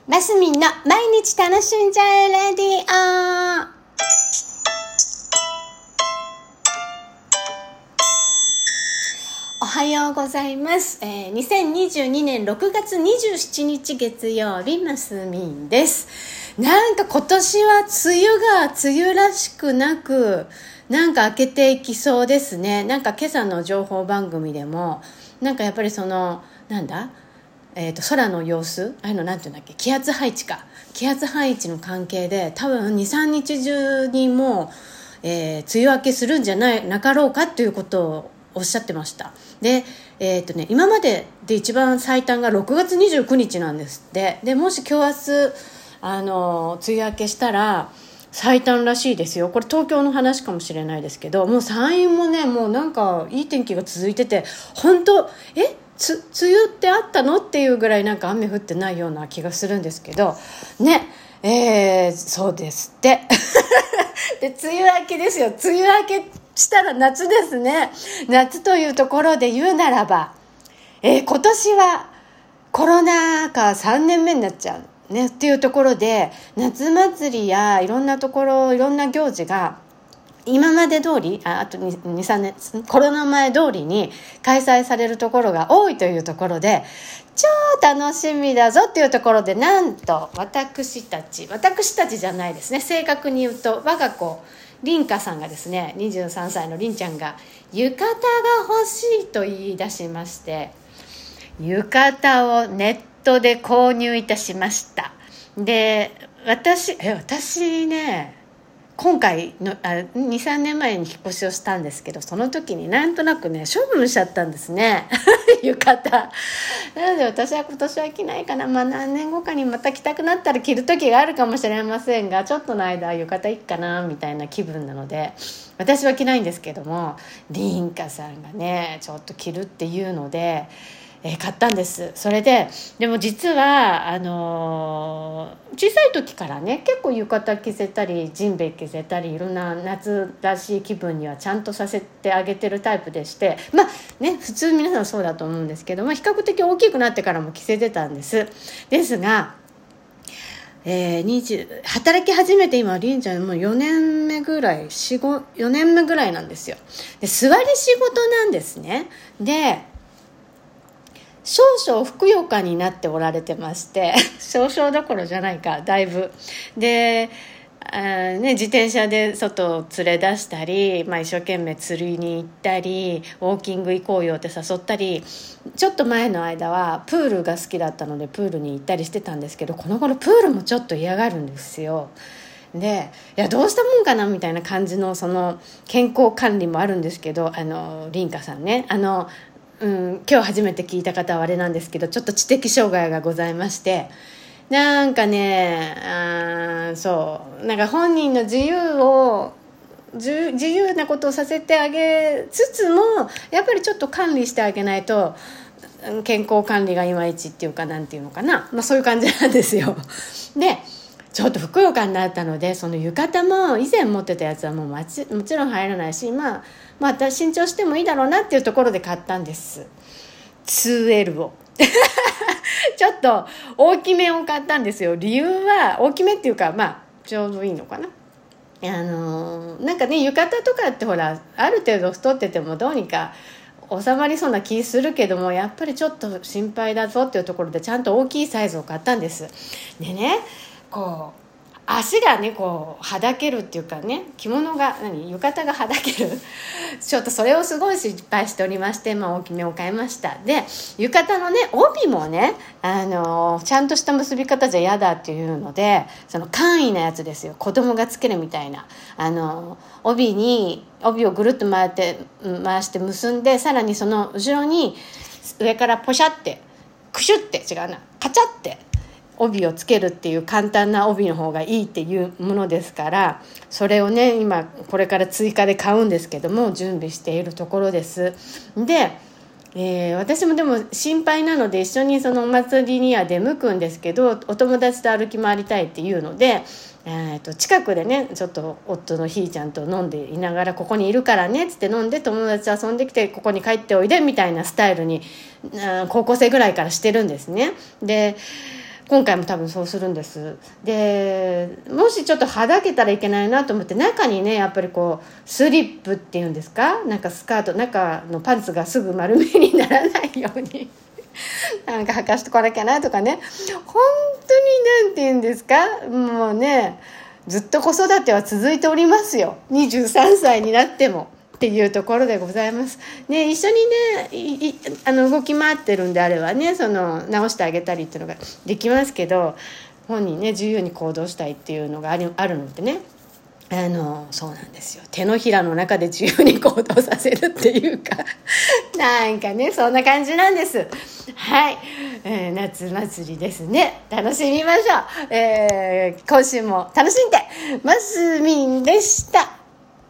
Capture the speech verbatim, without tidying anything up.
マスミンの毎日楽しんじゃえレディオ。おはようございます、えー、にせんにじゅうにねんろくがつにじゅうしちにち月曜日、マスミンです。なんか今年は梅雨が梅雨らしくなく、なんか明けていきそうですね。なんか今朝の情報番組でもなんかやっぱりそのなんだえー、と空の様子、ああいうのなんていうんだっけ、気圧配置か気圧配置の関係で多分 にさんにち中にもう、えー、梅雨明けするんじゃないなかろうかということをおっしゃってました。で、えーとね、今までで一番最短がろくがつにじゅうくにちなんですって。でもし今日明日あの梅雨明けしたら最短らしいですよ。これ東京の話かもしれないですけど、もう山陰もね、もうなんかいい天気が続いてて、本当えつ梅雨ってあったのっていうぐらいなんか雨降ってないような気がするんですけどね。えー、そうですってで梅雨明けですよ。梅雨明けしたら夏ですね。夏というところで言うならば、えー、今年はコロナ禍さんねんめになっちゃうねっていうところで、夏祭りやいろんなところ、いろんな行事が今まで通り、あ, あと にさんねんコロナ前通りに開催されるところが多いというところで、超楽しみだぞっていうところで、なんと私たち私たちじゃないですね、正確に言うと我が子リンカさんがですね、にじゅうさんさいのリンちゃんが浴衣が欲しいと言い出しまして、浴衣をネットで購入いたしました。で、私え私ね今回のあにさんねんまえに引っ越しをしたんですけど、その時になんとなくね処分しちゃったんですね浴衣なので、私は今年は着ないかな。まあ何年後かにまた着たくなったら着る時があるかもしれませんが、ちょっとの間浴衣いいかなみたいな気分なので私は着ないんですけども、リンカさんがねちょっと着るっていうのでえー、買ったんです。それででも実はあのー、小さい時からね結構浴衣着せたりジンベエ着せたり、いろんな夏らしい気分にはちゃんとさせてあげてるタイプでして、まあね普通皆さんそうだと思うんですけど、まあ、比較的大きくなってからも着せてたんです。ですがえー、にじゅう働き始めて今りんちゃんもうよねんめぐらいよねんめぐらいなんですよ。で座り仕事なんですね。で少々ふくよかになっておられてまして少々どころじゃないか、だいぶであ、ね、自転車で外を連れ出したり、まあ、一生懸命釣りに行ったりウォーキング行こうよって誘ったり、ちょっと前の間はプールが好きだったのでプールに行ったりしてたんですけど、この頃プールもちょっと嫌がるんですよ。でいやどうしたもんかなみたいな感じのその健康管理もあるんですけど、あのリンカさんね、あのうん、今日初めて聞いた方はあれなんですけど、ちょっと知的障害がございまして、なんかねあそうなんか本人の自由を自由なことをさせてあげつつも、やっぱりちょっと管理してあげないと健康管理がいまいちっていうか、なんていうのかな、まあ、そういう感じなんですよ。でちょっとふくよかになったので、その浴衣も以前持ってたやつはもうもちもちろん入らないし、まあ、まあ新調してもいいだろうなっていうところで買ったんです。 ツーエル をちょっと大きめを買ったんですよ。理由は大きめっていうか、まあちょうどいいのかな。あのー、なんかね浴衣とかってほらある程度太っててもどうにか収まりそうな気するけども、やっぱりちょっと心配だぞっていうところでちゃんと大きいサイズを買ったんです。でね、こう足がねこうはだけるっていうかね、着物が何浴衣がはだけるちょっとそれをすごい失敗しておりまして、まあ、大きめを買いました。で浴衣のね帯もね、あのー、ちゃんとした結び方じゃ嫌だっていうので、その簡易なやつですよ、子供がつけるみたいな、あのー、帯に帯をぐるっと回って回して結んで、さらにその後ろに上からポシャってクシュって違うなカチャって帯をつけるっていう簡単な帯の方がいいっていうものですから、それをね今これから追加で買うんですけども準備しているところです。で、えー、私もでも心配なので一緒にそのお祭りには出向くんですけど、お友達と歩き回りたいっていうので、えー、と近くでねちょっと夫のひーちゃんと飲んでいながら、ここにいるからねっつって飲んで、友達と遊んできてここに帰っておいでみたいなスタイルに、高校生ぐらいからしてるんですね。で今回も多分そうするんです。でもしちょっとはだけたらいけないなと思って、中にねやっぱりこうスリップっていうんですか、なんかスカート中のパンツがすぐ丸めにならないようになんか履かしてこなきゃなとかね、本当になんて言うんですか、もうねずっと子育ては続いておりますよ、にじゅうさんさいになってもっていうところでございますね。一緒にねいいあの動き回ってるんであればね、その直してあげたりっていうのができますけど、本人ね自由に行動したいっていうのがある、あるのでね、あのそうなんですよ、手のひらの中で自由に行動させるっていうかなんかねそんな感じなんです。はい、えー、夏祭りですね、楽しみましょう。えー、今週も楽しんでますみんでした。